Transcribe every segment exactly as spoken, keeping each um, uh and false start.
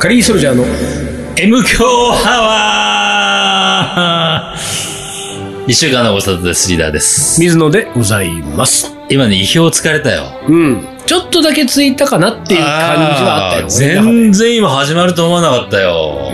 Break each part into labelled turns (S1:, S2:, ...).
S1: カリーソルジャーの
S2: M 強ハワー一週間のご無沙汰です。リーダーです。
S1: 水野でございます。
S2: 今ね、意表疲れたよ。
S1: うん。ちょっとだけついたかなっていう感じはあったよ。
S2: 全然今始まると思わなかったよ。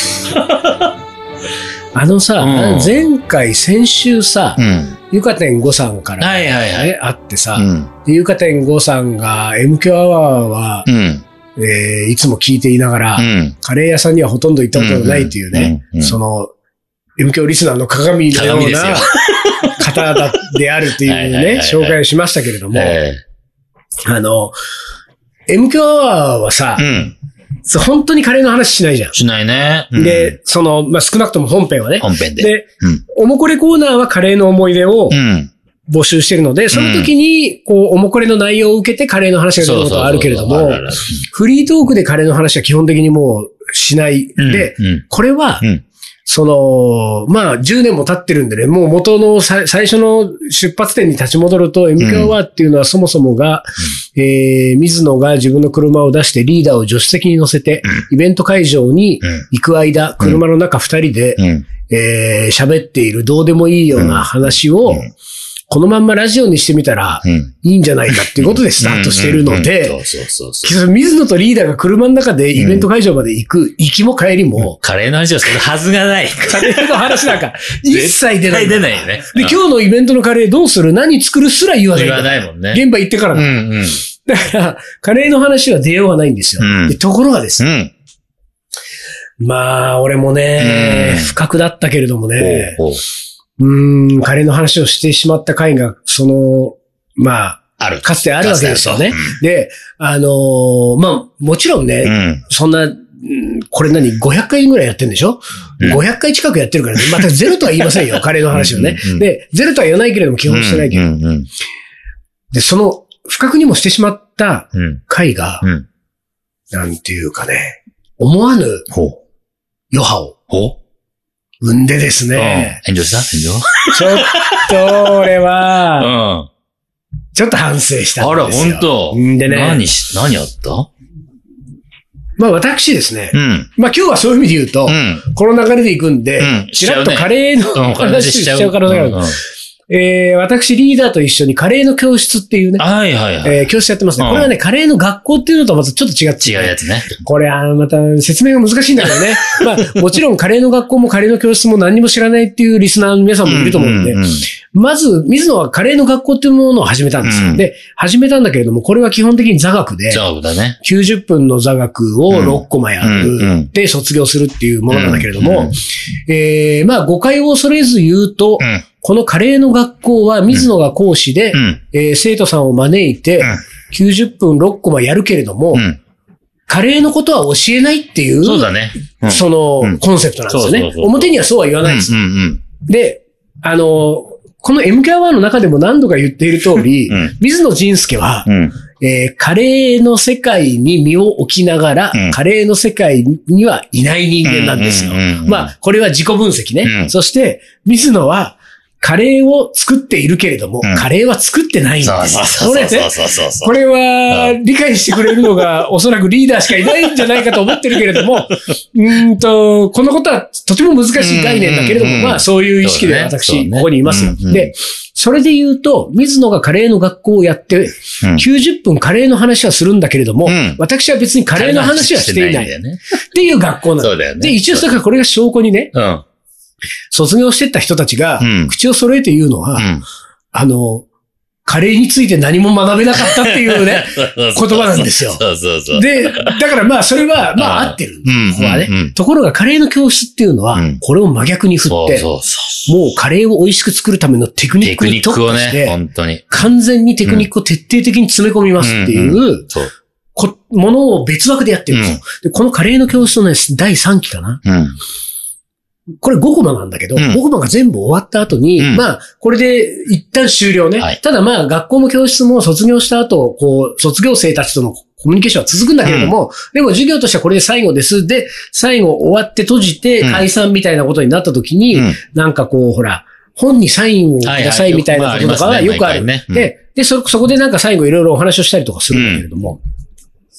S1: あのさ、うん、前回、先週さ、
S2: うん、
S1: ゆかてんごさんから、ね、
S2: はいはいはい、
S1: あってさ、
S2: うん、
S1: ゆかてんごさんが エム 強アワーは、
S2: うん
S1: えー、いつも聞いていながら、うん、カレー屋さんにはほとんど行ったことがないっていうね、うんうんうん、その、エム 強リスナーの鏡のような方だであるっていうね、はいはいはいはい、紹介をしましたけれども、
S2: え
S1: ー、あの、エム 強アワーはさ、
S2: うん、
S1: 本当にカレーの話しないじゃん。
S2: しないね。
S1: うん、で、その、まあ、少なくとも本編はね。
S2: 本編で。
S1: で、うん、おもこれコーナーはカレーの思い出を、うん募集してるので、その時に、こう、おもこれの内容を受けてカレーの話が出ることはあるけれども、フリートークでカレーの話は基本的にもうしない。
S2: うん、
S1: で、
S2: うん、
S1: これは、
S2: うん、
S1: その、まあ、じゅうねんも経ってるんでね、もう元の最初の出発点に立ち戻ると、エム 強アワーっていうのはそもそもが、うん、えー、水野が自分の車を出してリーダーを助手席に乗せて、うん、イベント会場に行く間、車の中二人で、うん、えー、喋っているどうでもいいような話を、うんうんこのまんまラジオにしてみたらいいんじゃないかっていうことでスタートしているので、水野とリーダーが車の中でイベント会場まで行く、行きも帰りも、
S2: カレーの話をするはずがない。
S1: カレーの話なんか一切出ない。
S2: 絶対出ないよね。
S1: で、今日のイベントのカレーどうする何作るすら言わない。
S2: 言わないもんね。
S1: 現場行ってからだ。
S2: うんうん、
S1: だから、カレーの話は出ようがないんですよ。
S2: うん、
S1: でところがですね、うん、まあ、俺もね、
S2: うん、
S1: 不覚だったけれどもね、
S2: ほうほう
S1: うーん、カレーの話をしてしまった回が、その、まあ、
S2: ある。
S1: かつてあるわけですよね。うん、で、あのー、まあ、もちろんね、
S2: うん、
S1: そんな、これ何 ?ごひゃっかいぐらいやってんでしょ、うん、?ごひゃっかい近くやってるからね。またゼロとは言いませんよ、カレーの話をねうんうん、うん。で、ゼロとは言わないけれども、基本してないけど。
S2: うんうんうん、
S1: で、その、不覚にもしてしまった回が、
S2: うんうん、
S1: なんていうかね、思わぬ余波を。
S2: ほう
S1: 産んでですね。
S2: うん、炎上した炎上
S1: ちょっと、俺は、
S2: うん、
S1: ちょっと反省したんですよ。
S2: あら、ほんと。
S1: んでね。
S2: 何し、何あった
S1: まあ私ですね。
S2: うん。
S1: まあ今日はそういう意味で言うと、
S2: うん、
S1: この流れで行くんで、
S2: うん、
S1: ちらっとカレーの話しちゃう可能性がある。
S2: うんうん
S1: えー、私リーダーと一緒にカレーの教室っていうね。
S2: はいはいはい。
S1: えー、教室やってますね、うん。これはね、カレーの学校っていうのとはまたちょっと違って、
S2: 違うやつね。
S1: これ、あまた説明が難しいんだけどね。まあ、もちろんカレーの学校もカレーの教室も何にも知らないっていうリスナーの皆さんもいると思うんで、
S2: うんうんうん、
S1: まず、水野はカレーの学校っていうものを始めたんですよ。うん、で、始めたんだけれども、これは基本的に座学で、
S2: 座学だね。
S1: きゅうじゅっぷんの座学をろっコマやる、うんうん、で、卒業するっていうものなんだけれども、うんうん、えー、まあ、誤解を恐れず言うと、うんこのカレーの学校は水野が講師で、
S2: うん
S1: えー、生徒さんを招いて、きゅうじゅっぷんろっコマやるけれども、
S2: うん、
S1: カレーのことは教えないっていう、
S2: そうだね。
S1: うん、その、うん、コンセプトなんですよね。そうそうそうそう表にはそうは言わないです、
S2: うんうんうん。
S1: で、あの、この エム 強アワーの中でも何度か言っている通り、うん、水野仁介は、
S2: うん
S1: えー、カレーの世界に身を置きながら、うん、カレーの世界にはいない人間なんですよ。
S2: うんうんうんうん、
S1: まあ、これは自己分析ね。
S2: うん、
S1: そして、水野は、カレーを作っているけれども、うん、カレーは作ってないんですよ。
S2: そうそうそうそうそうそう。
S1: これは理解してくれるのがおそらくリーダーしかいないんじゃないかと思ってるけれども、うんと、このことはとても難しい概念だけれども、うんうんうん、まあそういう意識で私、ここにいますよ、ねうんうん。で、それで言うと、水野がカレーの学校をやって、うん、きゅうじゅっぷんカレーの話はするんだけれども、うん、私は別にカレーの話はしていない。っていう学校なんだ。
S2: そうだよね。
S1: で、一応だからこれが証拠にね、
S2: うん
S1: 卒業してった人たちが、口を揃えて言うのは、
S2: うん、
S1: あの、カレーについて何も学べなかったっていうね、言葉なんですよ。
S2: そうそうそう。
S1: で、だからまあそれは、まあ合ってる。ここはね、
S2: うんうんうん。
S1: ところがカレーの教室っていうのは、これを真逆に振って、
S2: そうそうそう
S1: もうカレーを美味しく作るためのテクニックに特化して、
S2: ね、本当に
S1: 完全にテクニックを徹底的に詰め込みますっていう、
S2: うんうんそう
S1: こものを別枠でやってるんですよ、うんで。このカレーの教室のね、だいさんきかな。
S2: うん
S1: これごコマなんだけど、うん、ごコマが全部終わった後に、うん、まあ、これで一旦終了ね。
S2: はい、
S1: ただまあ、学校も教室も卒業した後、こう、卒業生たちとのコミュニケーションは続くんだけれども、うん、でも授業としてはこれで最後です。で、最後終わって閉じて解散みたいなことになった時に、うん、なんかこう、ほら、本にサインをくださいみたいなこととかはよくある。で、で、そ、そこでなんか最後いろいろお話をしたりとかするんだけれども、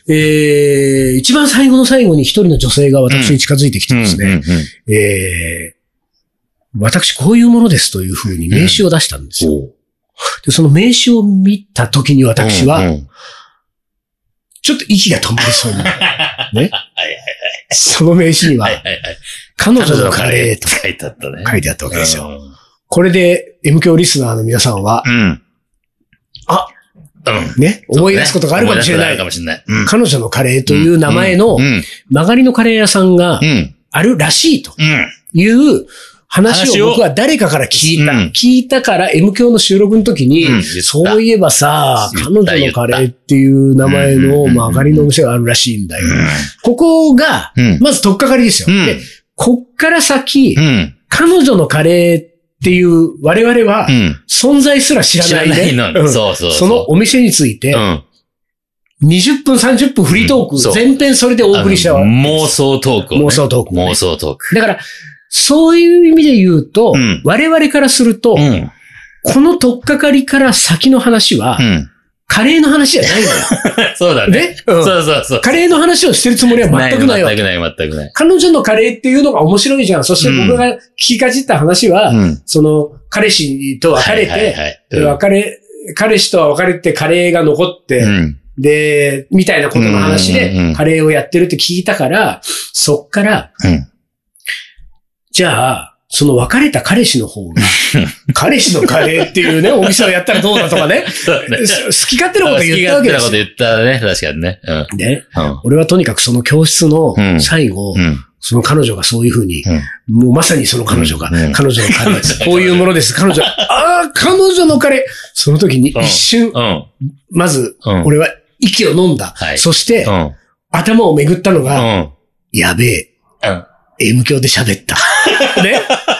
S1: えー、一番最後の最後に一人の女性が私に近づいてきてですね、うんうんうん、えー、私こういうものですというふうに名刺を出したんですよ。うん、でその名刺を見たときに私は、うんうん、ちょっと息が止まりそうになる。ね。はいはいはい、その名刺には、はいはいはい、彼女のカレーと書いてあったね。書いてあったわけですよ。うん、これで エム 響リスナーの皆さんは、うん、あ、うん、ね、思い出すことがあるかもしれない。かもしれない。うん、彼女のカレーという名前の曲がりのカレー屋さんがあるらしいという話を僕は誰かから聞いた。うん、聞いたから エム 響の収録の時に、うん、そういえばさ、彼女のカレーっていう名前の曲がりのお店があるらしいんだよ。うん、ここが、まず取っかかりですよ。うん、で、こっから先、うん、彼女のカレーっていう我々は存在すら知らないね。知らないの、うん、そうそうそう。そのお店について、うん、にじゅっぷんさんじゅっぷんフリートーク、うん、全編それでお送りしたわ。
S2: 妄想トークを、ね。
S1: 妄想トーク、ね。
S2: 妄想トーク。
S1: だから、そういう意味で言うと、うん、我々からすると、うん、この取っかかりから先の話は、うん、カレーの話じゃないんだよ。
S2: そうだね。ね、うん。そうそうそう。
S1: カレーの話をしてるつもりは全くないわ。
S2: 全くない、全くない。
S1: 彼女のカレーっていうのが面白いじゃん。そして僕が聞きかじった話は、うん、その、彼氏と別れて、はいはいはいうん、別れ、彼氏とは別れてカレーが残って、うん、で、みたいなことの話で、カレーをやってるって聞いたから、そっから、うん、じゃあ、その別れた彼氏の方が、彼氏のカレーっていうね、お店をやったらどうだとかね。ね好き勝手なこと言ったわけですよ。好き勝手なこと
S2: 言ったね、確かにね。
S1: うん、で、うん、俺はとにかくその教室の最後、うんうん、その彼女がそういうふうに、うん、もうまさにその彼女が、うん、彼女のカレー、こういうものです。彼女、ああ、彼女のカレー。その時に一瞬、うん、まず、俺は息を飲んだ。はい、そして、うん、頭をめぐったのが、うん、やべえ、うん、エム 響で喋った。ね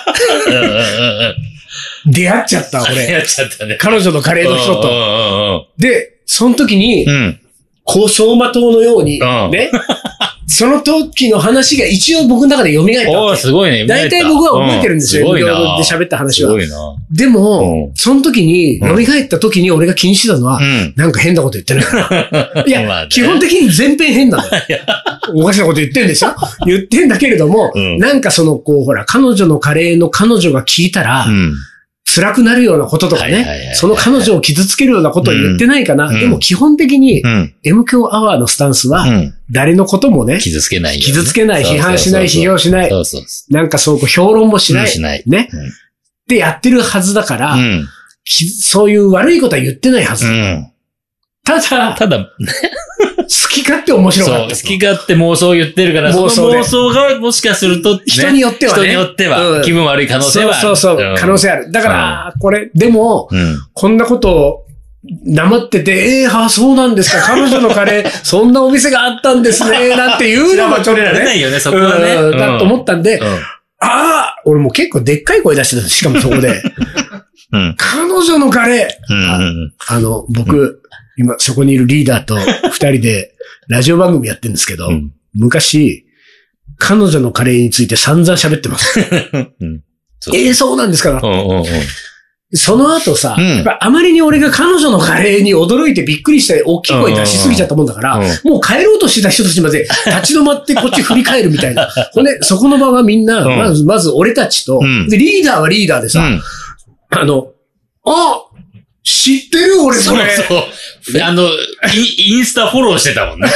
S1: 出会っちゃった、俺。
S2: 出会っちゃったね。
S1: 彼女のカレーの人と。で、その時に、うん、こう走馬灯のように、うん、ね。その時の話が一応僕の中で蘇った。
S2: おー、すごいね。
S1: 大体僕は覚えてるんですよ。
S2: うん、すごいな。
S1: で喋った話は。
S2: すごいな。
S1: でも、うん、その時に、蘇った時に俺が気にしてたのは、うん、なんか変なこと言ってないかな。いや、まあね、基本的に全編変なの。おかしなこと言ってんでしょ言ってんだけれども、うん、なんかその、こう、ほら、彼女のカレーの彼女が聞いたら、うん辛くなるようなこととかね、その彼女を傷つけるようなことを言ってないかな。うん、でも基本的に、うん、エム 響アワーのスタンスは、誰のこともね、
S2: 傷つけないよ、ね。
S1: 傷つけない、批判しない、批評しない。そうそうそうなんかそう、評論もしない。しない。ね、うん。ってやってるはずだから、うん、そういう悪いことは言ってないはず。うん、ただ、
S2: ただ、
S1: 好き勝手面白かった。
S2: そう、好き勝手妄想言ってるから、妄想その妄想がもしかすると、ね、
S1: 人によってはね。
S2: 人によっては、うん、気分悪い可能性はある。
S1: そうそうそう、うん、可能性ある。だから、うん、これ、でも、うん、こんなことを、黙ってて、ええー、あ、そうなんですか。彼女のカレー、そんなお店があったんですね、なんていうのがちょっとね。
S2: ないよね、そこはね。
S1: うん、だと思ったんで、うん、ああ、俺も結構でっかい声出してた。しかもそこで。うん、彼女のカレー、うんあ。あの、僕、うん、今そこにいるリーダーと二人でラジオ番組やってるんですけど、うん、昔、彼女のカレーについて散々喋ってます。うん、ええー、そうなんですか、うんうんうん、その後さ、うん、やっぱあまりに俺が彼女のカレーに驚いてびっくりして大きい声出しすぎちゃったもんだから、うんうんうん、もう帰ろうとしてた人たちまで立ち止まってこっち振り返るみたいな。ほんで、そこの場はみんな、うん、まず、まず俺たちと、うん、で、リーダーはリーダーでさ、うん、あの、あ知ってる俺それ。そう
S2: そう。あの、インスタフォローしてたもんね。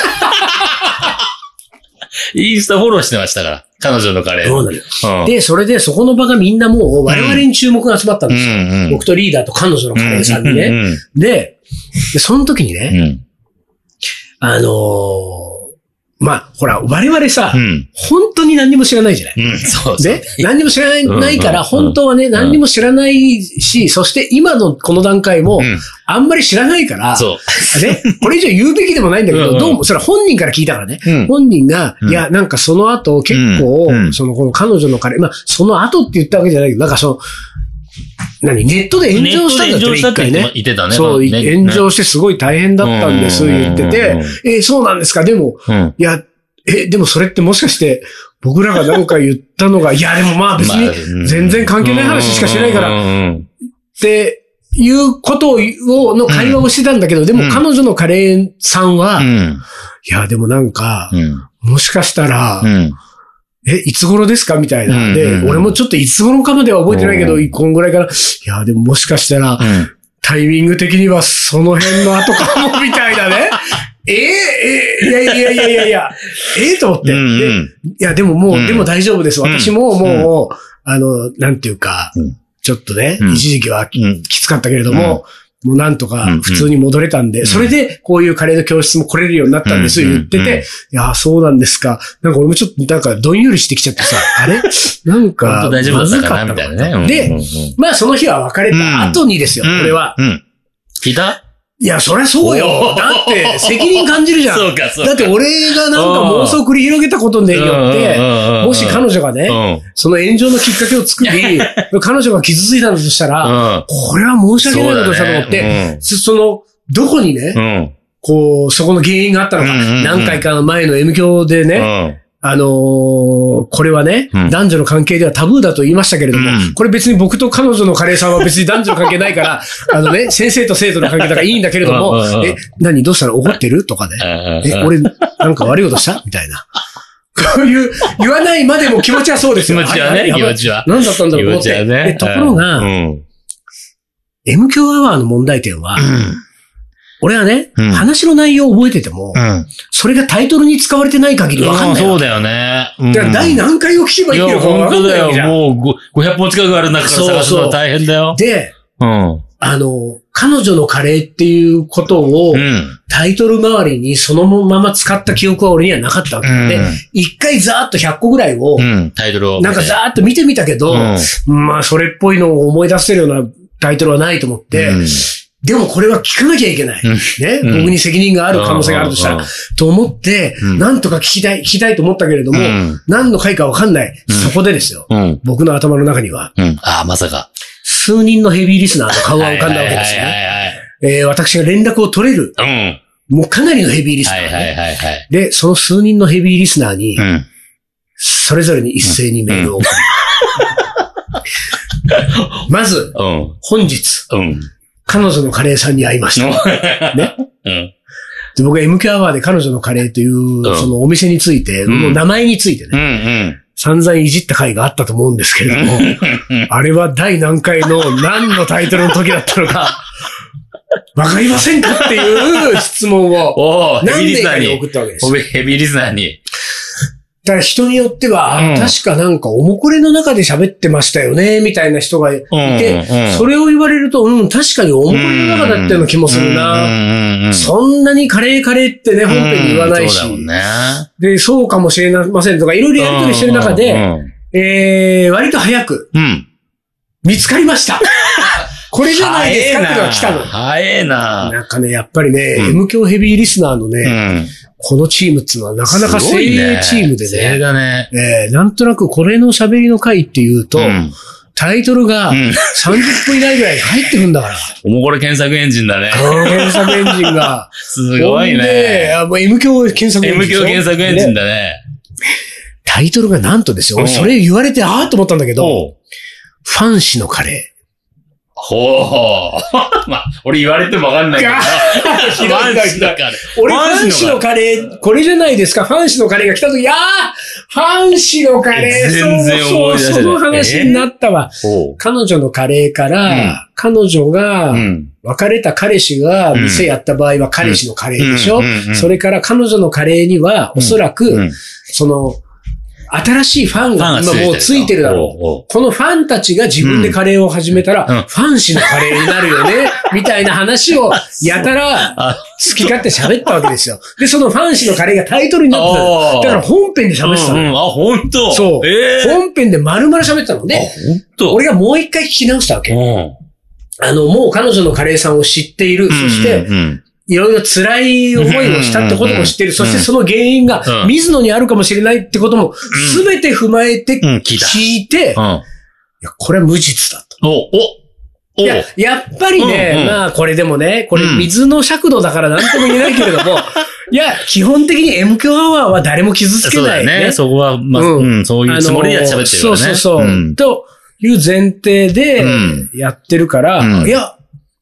S2: インスタフォローしてましたから。彼女のカレー。
S1: そうなのよ、うん。で、それでそこの場がみんなもう我々に注目が集まったんですよ。うんうん、僕とリーダーと彼女のカレーさんにね。うんうんうん、で, で、その時にね、うん、あのー、まあ、ほら、我々さ、うん、本当に何にも知らないじゃない。うん、そうそう。ね、何にも知らない、ないから、本当はね、何にも知らないし、そして今のこの段階も、あんまり知らないから、そう。ね、これ以上言うべきでもないんだけど、うんうん、どうも、それは本人から聞いたからね。うん、本人が、いや、なんかその後結構、うん、その、この彼女の彼、まあ、その後って言ったわけじゃないけど、なんかその、何ネットで炎上したんだってね、一回ね。
S2: 言ってたね。
S1: そう、
S2: ね、
S1: 炎上してすごい大変だったんです、言ってて、えー、そうなんですか、でも、うん、いや、え、でもそれってもしかして、僕らが何か言ったのが、いや、でもまあ別に、全然関係ない話しかしないから、っていうことを、の会話をしてたんだけど、でも彼女のカレーさんは、
S2: うん、
S1: いや、でもなんか、
S2: うん、
S1: もしかしたら、
S2: うん、
S1: え、いつ頃ですかみたいな。
S2: うん、
S1: で、
S2: うん、
S1: 俺もちょっといつ頃かまでは覚えてないけど、こんぐらいから、いや、でももしかしたら、うん、タイミング的にはその辺の後かも、みたいなね。えー、えー、いやいやいやいやいやいや、ええー、と思って、うんうん。いや、でももう、うん、でも大丈夫です。私ももう、うん、あの、なんていうか、うん、ちょっとね、うん、一時期はきつかったけれども、うん、もうなんとか普通に戻れたんで、うん、それでこういうカレーの教室も来れるようになったんですよ、言ってて、いや、そうなんですか。なんか俺もちょっとなんかどんよりしてきちゃってさ、あれなんか、
S2: 大丈夫だったかなみたいなね。
S1: で、うんうんうん、まあその日は別れた後にですよ、うん、俺は。
S2: うん。聞いた？
S1: いや、そりゃそうよ。だって、責任感じるじゃん。
S2: そうか、そうか。
S1: だって俺がなんか妄想繰り広げたことによって、もし彼女がね、その炎上のきっかけを作り、彼女が傷ついたんだとしたら、これは申し訳ないことしたと思って、その、どこにね、こう、そこの原因があったのか、何回か前の M 響でね、あのー、これはね、うん、男女の関係ではタブーだと言いましたけれども、うん、これ別に僕と彼女のカレーさんは別に男女の関係ないから、あのね、先生と生徒の関係だからいいんだけれども、え、何どうしたら怒ってるとかね。え、俺、なんか悪いことしたみたいな。こういう、言わないまでも気持ちはそうですよ。
S2: 気持ちはね、気持ちは。
S1: 何だったんだろうと思って。ね、ところが、うん、M 響アワーの問題点は、うん俺はね、うん、話の内容を覚えてても、うん、それがタイトルに使われてない限りわかんない。
S2: そうだよね。
S1: うん、だから第何回を聞けばいいのかわかんないわけじゃん。
S2: もうごひゃっぽん近くある中から探すのは大変だよ。
S1: そうそうで、うん、あの、彼女のカレーっていうことを、うん、タイトル代わりにそのまま使った記憶は俺にはなかったわけで、一、うん、回ざーっとひゃっこぐらいを、うん、タイトルを。なんかざーっと見てみたけど、うん、まあそれっぽいのを思い出せるようなタイトルはないと思って、うんでもこれは聞かなきゃいけない。ね、うん。僕に責任がある可能性があるとしたら。と思って、うん、なんとか聞きたい、聞きたいと思ったけれども、うん、何の回かわかんない。うん、そこでですよ、うん。僕の頭の中には。
S2: うん、ああ、まさか。
S1: 数人のヘビーリスナーの顔が浮かんだわけですね。私が連絡を取れる。うん、もうかなりのヘビーリスナー、ねはいはいはいはい。で、その数人のヘビーリスナーに、うん、それぞれに一斉にメールを送る。うん、まず、うん、本日。うん彼女のカレーさんに会いました。ね。うん、で僕は エムキュー アワーで彼女のカレーという、そのお店について、うん、の名前についてね、うんうん、散々いじった回があったと思うんですけれども、あれは第何回の何のタイトルの時だったのか、わかりませんかっていう質問を、何名かに送ったわけです。
S2: ヘビーリスナーに。
S1: だから人によっては、うん、確かなんかおもこれの中で喋ってましたよね、みたいな人がいて、うんうん、それを言われると、うん、確かにおもこれの中だったような気もするな。そんなにカレーカレーってね、本編に言わないし。そうだね、で、そうかもしれませんとか、いろいろやりとりしてる中で、えー、割と早く、うん、見つかりました。これじゃないですかっていうのが来たの。
S2: 早いな。
S1: なんかね、やっぱりね、うん、M 響ヘビーリスナーのね、うんこのチームっていうのはなかなか精鋭チームでね。
S2: 精鋭だね。
S1: えー、なんとなくこれの喋りの回っていうと、うん、タイトルがさんじゅっぷん以内ぐらいに入ってくんだから。
S2: おもこれ検索エンジンだね。
S1: 検索エンジンが。
S2: すごいね。
S1: で、もう M 響検索エンジン。
S2: M 響検索エンジンだね。
S1: タイトルがなんとですよ。俺それ言われてああと思ったんだけど、ファン氏のカレー。
S2: ほう。まあ、俺言われてもわかんないけど。
S1: ひどいひどい。俺、ファン氏のカレー、これじゃないですか。ファン氏のカレーが来たとき、いやーファン氏のカレー、
S2: 全然思い出せない。
S1: そうそう、その話になったわ。彼女のカレーから、うん、彼女が、うん、別れた彼氏が店やった場合は彼氏のカレーでしょ、うんうんうん、それから彼女のカレーには、おそらく、うんうん、その、新しいファンが今もうついてるだろう。おうおうこのファンたちが自分でカレーを始めたら、うん、ファン氏のカレーになるよね、みたいな話をやたら好き勝手喋ったわけですよ。で、そのファン氏のカレーがタイトルになってたの。だから本編で喋ってたの。
S2: うんうん、あ、本当
S1: そう。えー、本編で丸々喋ってたのね。本当俺がもう一回聞き直したわけ。あの、もう彼女のカレーさんを知っている。そして、うんうんうんいろいろ辛い思いをしたってことも知ってる。そしてその原因が水野にあるかもしれないってことも全て踏まえて聞いて、いやこれは無実だと。
S2: おお
S1: いや、やっぱりね、うんうん、まあこれでもね、これ水の尺度だから何とも言えないけれども、いや、基本的に M 響アワーは誰も傷つけない、ね。
S2: そうだね。そこは、まあ、うん、うん、そういうつもりで喋ってるからね。
S1: そうそうそう。うん、という前提でやってるから、うん、いや、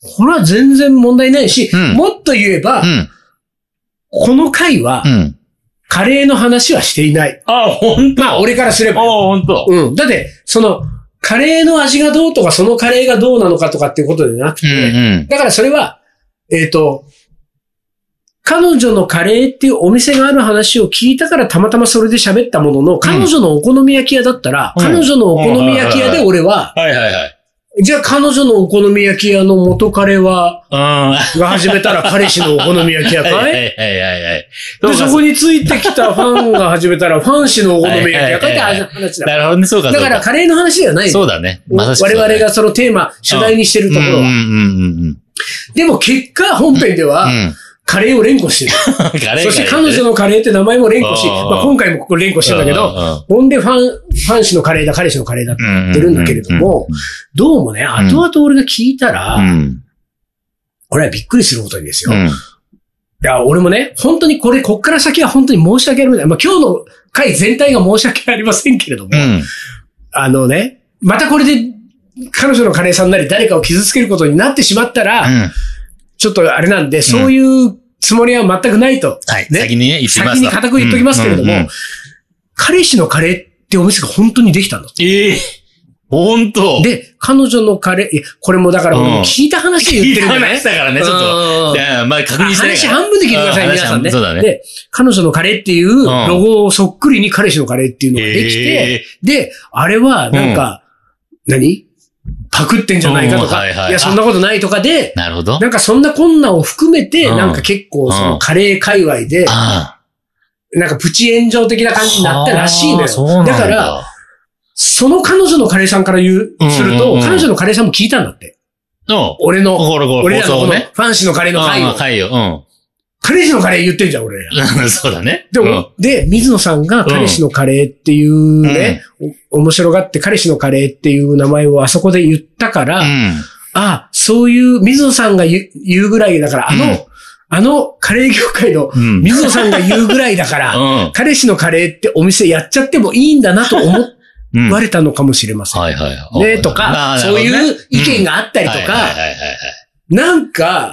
S1: これは全然問題ないし、
S2: うん、
S1: もっと言えば、
S2: うん、
S1: この回は、うん、カレーの話はしていない。
S2: あ、本当。
S1: まあ、俺からすれば。
S2: あ、本当。
S1: うん。だって、その、カレーの味がどうとか、そのカレーがどうなのかとかっていうことでなくて、うんうん、だからそれは、えっと、彼女のカレーっていうお店がある話を聞いたからたまたまそれで喋ったものの、彼女のお好み焼き屋だったら、うん、彼女のお好み焼き屋で俺は、
S2: はいはいはい。
S1: じゃあ彼女のお好み焼き屋の元彼は、が始めたら彼氏のお好み焼き屋かいはいはいはいはい。で、そこについてきたファンが始めたらファン氏のお好み焼き屋かいって話だ。
S2: なるほどね、そうか。
S1: だからカレーの話ではない。
S2: そうだね。
S1: まさしく我々がそのテーマ、主題にしてるところは。でも結果本編では、カレーを連呼してる。そして彼女のカレーって名前も連呼し、まあ今回もここ連呼してるんだけど、ほんでファン、ファン氏のカレーだ、彼氏のカレーだって言ってるんだけれども、どうもね、後々俺が聞いたら、俺はびっくりすることにですよ。いや、俺もね、本当にこれ、こっから先は本当に申し訳ありません。まあ今日の回全体が申し訳ありませんけれども、あのね、またこれで彼女のカレーさんなり誰かを傷つけることになってしまったら、ちょっとあれなんで、そういうつもりは全くないと。
S2: はい。先にね、言ってます。
S1: 先に固く言っときますけれども、彼氏のカレーってお店が本当にできたんだ。
S2: ええ。本当。
S1: で、彼女のカレー、これもだから聞いた話で言ってるんだね。
S2: 聞いた話だからね、ちょっと。いや、まあ確認してない。
S1: 話半分で聞いてください、皆さんね。
S2: そうだね。
S1: で、彼女のカレーっていうロゴをそっくりに彼氏のカレーっていうのができて、で、あれはなんか、何パクってんじゃないかとか、いや、そんなことないとかで、
S2: なるほど。
S1: なんかそんな困難を含めて、なんか結構そのカレー界隈で、なんかプチ炎上的な感じになったらしいのよ。だから、その彼女のカレーさんから言う、すると、彼女のカレーさんも聞いたんだって。俺の、俺らのこのファン氏のカレーの回を。
S2: 回を。
S1: 彼氏のカレー言ってんじゃん、俺
S2: ら。そうだね。
S1: でも、で、水野さんが彼氏のカレーっていうね、面白がって彼氏のカレーっていう名前をあそこで言ったから、あ、そういう水野さんが言うぐらいだから、あの、あのカレー業界の水野さんが言うぐらいだから、彼氏のカレーってお店やっちゃってもいいんだなと思われたのかもしれません。はいはい。ね、とか、そういう意見があったりとか、なんか、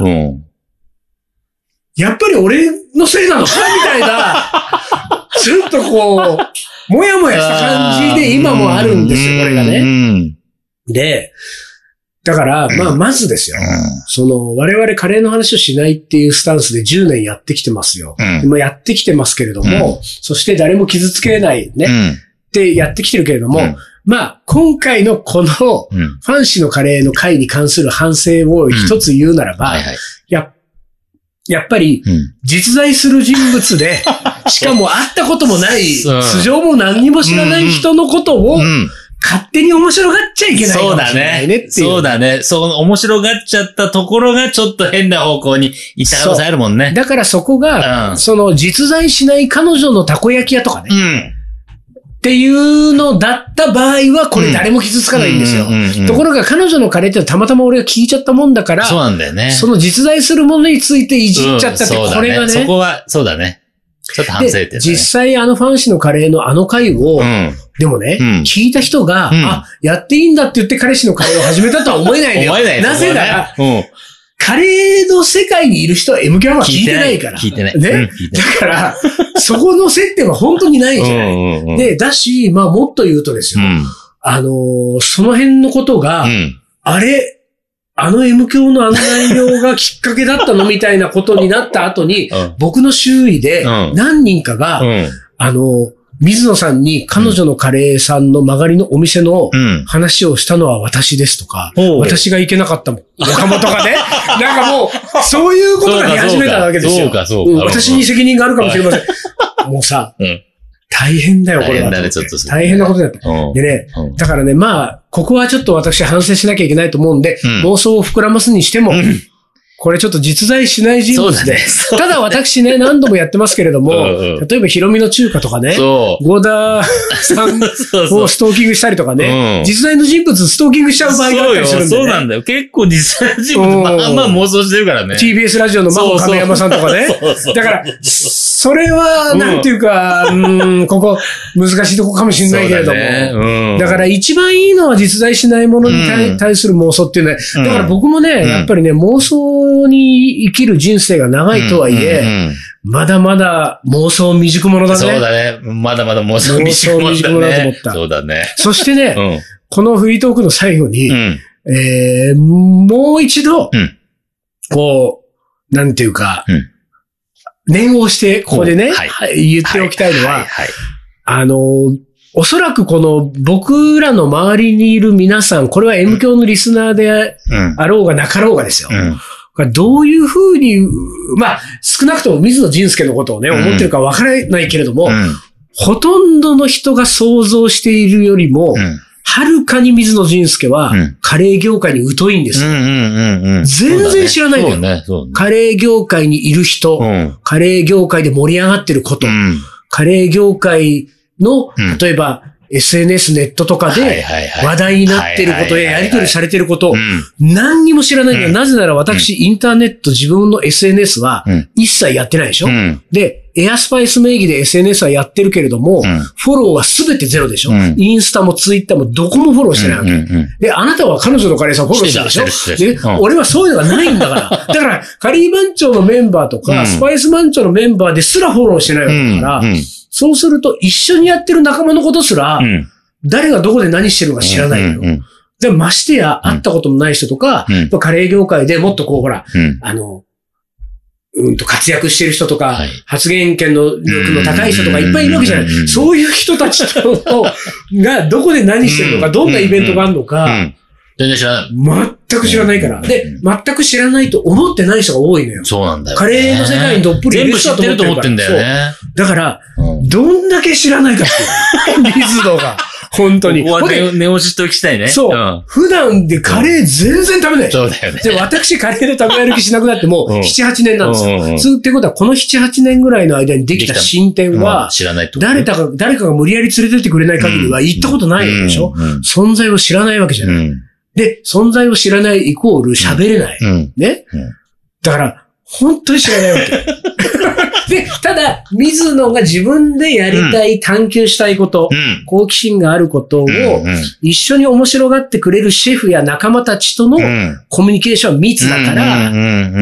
S1: やっぱり俺のせいなのかみたいな、ちょっとこう、もやもやした感じで今もあるんですよ、これがね。で、だから、まあ、まずですよ。その、我々カレーの話をしないっていうスタンスでじゅうねんやってきてますよ。今やってきてますけれども、そして誰も傷つけないね、ってやってきてるけれども、まあ、今回のこの、ファン氏のカレーの回に関する反省を一つ言うならば、やっやっぱり、実在する人物で、しかも会ったこともない、素性も何にも知らない人のことを、勝手に面白がっちゃいけないかもしれないねっていう。
S2: そうだね。そうだね。面白がっちゃったところがちょっと変な方向に行った可能性あるもんね。
S1: だからそこが、その実在しない彼女のたこ焼き屋とかね。っていうのだった場合は、これ誰も傷つかないんですよ。ところが彼女のカレーってたまたま俺が聞いちゃったもんだから、
S2: そうなんだよね。
S1: その実在するものについていじっちゃったって、これがね。
S2: そこは、そうだね。ちょっと反省点ね。
S1: 実際あのファン氏のカレーのあの回を、でもね、聞いた人が、あ、やっていいんだって言って彼氏のカレーを始めたとは思えないのよ。思えない。なぜなら、カレーの世界にいる人は エムキャンは聞いてないから。
S2: 聞いてない。
S1: ね。だから、そこの接点は本当にないじゃない。で、だし、まあもっと言うとですよ。あの、その辺のことが、あれ、あの エム 教のあの内容がきっかけだったのみたいなことになった後に、僕の周囲で何人かが、あの、水野さんに彼女のカレーさんの曲がりのお店の話をしたのは私ですとか、うん、私が行けなかったもん。岡本がね。なんかもう、そういうことが出始めたわけですよ。
S2: そうか、そうか。
S1: うん、私に責任があるかもしれません。もうさ、うん、大変だよ、これは。大変だね、ちょっと。大変なことだった。うん、でね、うん、だからね、まあ、ここはちょっと私反省しなきゃいけないと思うんで、うん、妄想を膨らますにしても、うんこれちょっと実在しない人物で。ね、ただ私ね、何度もやってますけれども、うんうん、例えばヒロミの中華とかね、ゴーダーさんをストーキングしたりとかね、うん、実在の人物ストーキングしちゃう場合があったりするんで、ね。
S2: そうなんだよ。結構実在の人物、まあまあ妄想してるからね。
S1: ティービーエス ラジオの真帆亀山さんとかね。そうそうだから、 それは、なんていうか、うん、うん、ここ、難しいとこかもしれないけれども。だねうん、だから一番いいのは実在しないものに対、うん、対する妄想っていうのは、だから僕もね、うん、やっぱりね、妄想に生きる人生が長いとはいえ、うんうんうんまだまだ妄想未熟者だね。
S2: そうだね。まだまだ妄想未熟者だね。妄想未熟者だと思った。そうだね。
S1: そしてね、うん、このフリートークの最後に、うんえー、もう一度、うん、こう、なんていうか、うん、念をして、ここでね、はい、言っておきたいのは、はいはいはい、あの、おそらくこの僕らの周りにいる皆さん、これは M 教のリスナーであろうがなかろうがですよ。うんどういうふうに、まあ、少なくとも水野仁介のことをね、うん、思ってるかわからないけれども、うん、ほとんどの人が想像しているよりも、はる、うん、かに水野仁介は、カレー業界に疎いんですよ。全然知らないんだよ。ねそうね、カレー業界にいる人、うん、カレー業界で盛り上がってること、うん、カレー業界の、例えば、うんエスエヌエス ネットとかで話題になっていることややり取りされていることを何にも知らないんだよ。なぜなら私、インターネット自分の エスエヌエス は一切やってないでしょで、エアスパイス名義で エスエヌエス はやってるけれども、フォローはすべてゼロでしょインスタもツイッターもどこもフォローしてないわけ。で、あなたは彼女のカレーさんフォローしてるでしょで、俺はそういうのがないんだから。だから、カリー番長のメンバーとか、スパイス番長のメンバーですらフォローしてないわけだから、そうすると一緒にやってる仲間のことすら、うん、誰がどこで何してるか知らないのよ。うんうんうん、でましてや、会ったこともない人とか、うん、カレー業界でもっとこう、ほら、うん、あの、うんと活躍してる人とか、はい、発言権の力の高い人とかいっぱいいるわけじゃない。うんうんうん、そういう人たちとがどこで何してるのか、どんなイベントがあるのか、うんうんうん
S2: 全然知らない。
S1: 全く知らないから。で、全く知らないと思ってない人が多いのよ。
S2: そうなんだよ、ね。
S1: カレーの世界にどっぷり
S2: 全部知ってると思ってんだよね。
S1: だから、うん、どんだけ知らないかっていう。水野が。本当に。
S2: ここは寝、寝落ちしておきたいね。
S1: そう、うん。普段でカレー全然食べない。
S2: そうだよね。
S1: で、私カレーで食べ歩きしなくなってもう、なな、はちねんなんですよ。うんうんうん、ってことは、このなな、はちねんぐらいの間にできた進展は、
S2: 知らないと。
S1: 誰かが、誰かが無理やり連れてってくれない限りは行ったことないでしょ、うんうんうん、存在を知らないわけじゃない。うんで、存在を知らないイコール喋れない。うん、ね、うん、だから、本当に知らないわけ。で、ただ、水野が自分でやりたい、うん、探求したいこと、うん、好奇心があることを、一緒に面白がってくれるシェフや仲間たちとのコミュニケーションは密だから、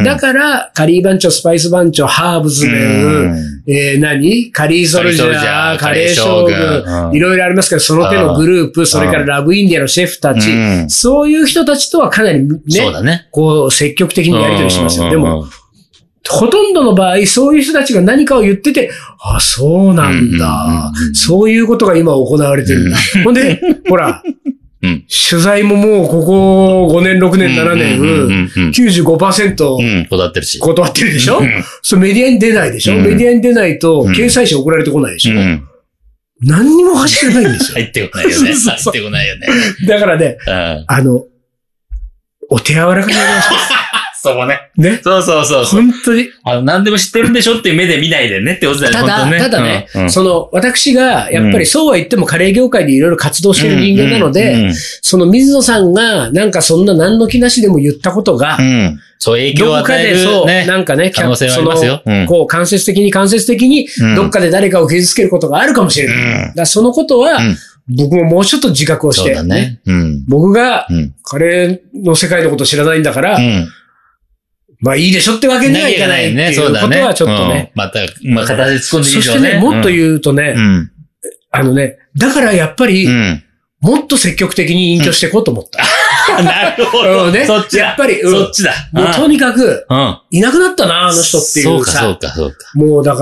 S1: だから、カリー番長、スパイス番長、ハーブズメン、うん、えー、何カリーソルジャー、カレー将軍、いろいろありますけど、その手のグループ、それからラブインディアのシェフたち、うん、そういう人たちとはかなりね、そうだねこう、積極的にやり取りしますよ。でも、ほとんどの場合、そういう人たちが何かを言ってて、あ、そうなんだ。うんうんうん、そういうことが今行われてるんだ。うん、ほんで、ほら、うん、取材ももうここごねん、ろくねん、ななねん、きゅうじゅうごパーセント、うん、
S2: 断ってるし。
S1: 断ってるでしょ、うん、それメディアに出ないでしょ、うん、メディアに出ないと、掲載誌送られてこないでしょ、うん、何にも走ってないんですよ。
S2: 入ってこないよね。入ってこないよね。
S1: だからね、うん、あの、お手柔らかにお願いします。
S2: そうね。
S1: ね。
S2: そうそうそうそう。
S1: 本当に。
S2: あの、何でも知ってるんでしょっていう目で見ないでねってことだよね。
S1: ただ、
S2: ね
S1: ただね、うんうん、その、私が、やっぱりそうは言ってもカレー業界でいろいろ活動している人間なので、うんうんうん、その水野さんが、なんかそんな何の気なしでも言ったことが、うん、
S2: そう影響を与える、ね、
S1: どっかでそう、なんかね、
S2: 可能性はありますよ。
S1: うん、こう、間接的に間接的に、どっかで誰かを傷つけることがあるかもしれない。うん、だからそのことは、うん僕ももうちょっと自覚をして、
S2: そうだねうん、
S1: 僕がカレーの世界のこと知らないんだから、うんまあいいでしょってわけにはいかないっていうことはちょっとね。
S2: また、まあ形で突っ込んでいいでしょうね。
S1: そしてね、もっと言うとね、うん、あのね、だからやっぱり、うん、もっと積極的に隠居していこうと思った。
S2: うん、なるほど。
S1: ね、
S2: そっちだ。
S1: やっぱり、
S2: うん、そっちだ。
S1: もうとにかく、うん、いなくなったな、あの人っていうさ。
S2: そうか、そうか、そうか。
S1: もうだから、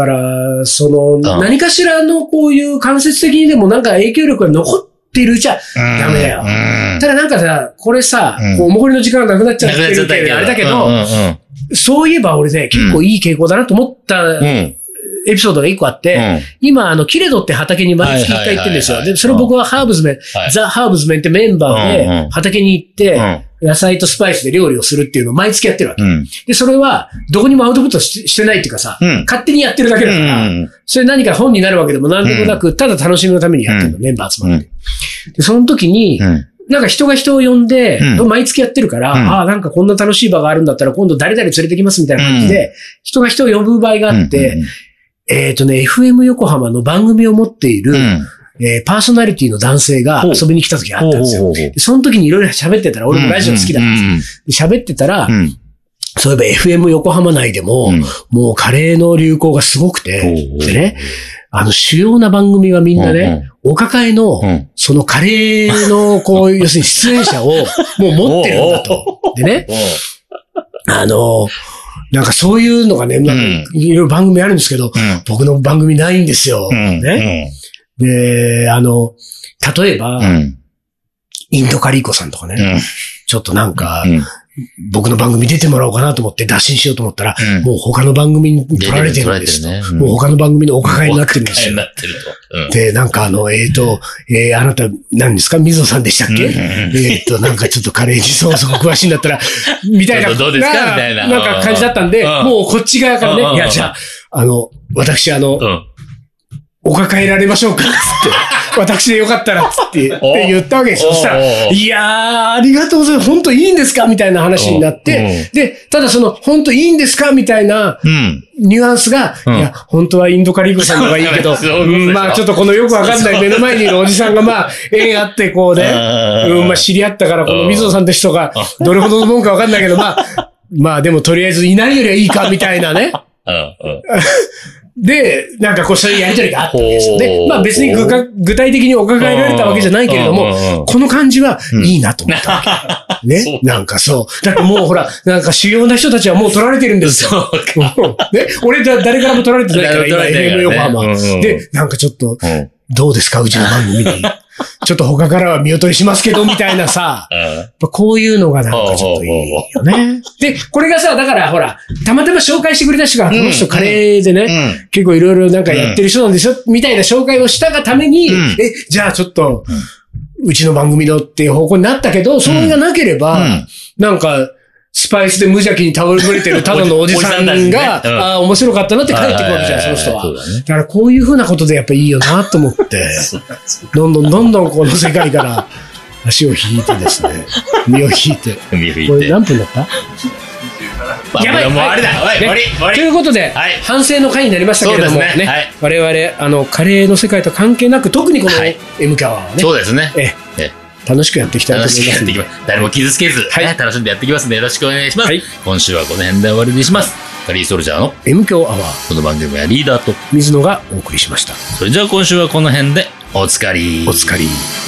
S1: その、うん、何かしらのこういう間接的にでもなんか影響力が残っているうちはダメだよ。うん、ただなんかさ、これさ、うん、こうお残りの時間がなくなっちゃってるけど、あれだけど、うんうんうんそういえば俺ね、結構いい傾向だなと思ったエピソードが一個あって、うん、今、あの、キレドって畑に毎月一回行ってるんですよ。で、それ僕はハーブズメン、はい、ザ・ハーブズメンってメンバーで畑に行って、野菜とスパイスで料理をするっていうのを毎月やってるわけ。うん、で、それは、どこにもアウトプット し, してないっていうかさ、うん、勝手にやってるだけだから、うん、それ何か本になるわけでも何でもなく、うん、ただ楽しみのためにやってるの、うん、メンバー集まって。で、その時に、うんなんか人が人を呼んで、うん、毎月やってるから、うん、ああ、なんかこんな楽しい場があるんだったら今度誰々連れてきますみたいな感じで、うん、人が人を呼ぶ場合があって、うんうんえっとね、エフエム 横浜の番組を持っている、
S2: うん
S1: えー、パーソナリティの男性が遊びに来た時があったんですよ。でその時にいろいろ喋ってたら、俺もラジオ好きだから喋ってたら、うん、そういえば エフエム 横浜内でも、うん、もうカレーの流行がすごくて、でね、あの主要な番組はみんなね、お抱えの、そのカレーの、こう、要するに出演者をもう持ってるんだと。でね、あの、なんかそういうのがね、なんかいろいろ番組あるんですけど、うん、僕の番組ないんですよ。うん、ね。で、あの、例えば、うん、インドカリーコさんとかね、うん、ちょっとなんか、うん、僕の番組出てもらおうかなと思って打診しようと思ったら、うん、もう他の番組に取られてるんですと、ねうん。もう他の番組のお抱えになってるんですよ。お抱えになってると。うん、で、なんかあの、えっ、ー、と、えー、あなた何ですか水野さんでしたっけ、うん、えっと、なんかちょっとカレーにそもそも詳しいんだったら、みたいな。
S2: どうですかみたいな。
S1: なんか感じだったんで、もうこっち側からね、いや、じゃあ、あの、私あの、うんお抱えられましょうかつって。私でよかったらつって、って言ったわけですよ。そしたら、いやー、ありがとうございます。本当いいんですかみたいな話になって、で、ただその、本当いいんですかみたいな、ニュアンスが、うん、いや、本当はインドカリーコさんの方がいいけど、うん、まあちょっとこのよくわかんない目の前にいるおじさんがまあ、縁あってこうね、うん、まあ知り合ったから、この水野さんって人が、どれほどのもんかわかんないけど、まあ、まあでもとりあえずいないよりはいいか、みたいなね。で、なんかこうそういうやりとりがあったんですよね。まあ別に具具体的にお抱えられたわけじゃないけれども、この感じはいいなと思ったわけ。ね。なんかそう。だってもうほら、なんか主要な人たちはもう取られてるんですよ。ね。俺だ、誰からも取られてないから、今 エフエム 横浜。で、なんかちょっと、どうですかうちの番組に。ちょっと他からは見劣りしますけど、みたいなさ、こういうのがなんかちょっといいよね。で、これがさ、だからほら、たまたま紹介してくれた人が、この人カレーでね、結構いろいろなんかやってる人なんでしょみたいな紹介をしたがために、え、じゃあちょっと、うちの番組のっていう方向になったけど、それがなければ、なんか、スパイスで無邪気に倒れてるただのおじさんが、ああ、面白かったなって帰ってくるわけじゃん、その人は。だからこういう風なことでやっぱいいよなと思って、どんどんどんどんこの世界から足を引いてですね、身を引いて。身を引いて。これ何分だったやばい、もうあれだ、終わり、終わり。ということで、反省の回になりましたけれどもね、我々、あの、カレーの世界と関係なく、特にこの エム キャワはね、そうですね。楽しくやっていきたいと思います。誰も傷つけず、はい、楽しんでやっていきますのでよろしくお願いします。はい、今週はこの辺で終わりにします。カリーソルジャーの エム 強アワー。この番組はリーダーと水野がお送りしました。それじゃあ今週はこの辺でおつかり。おつかり。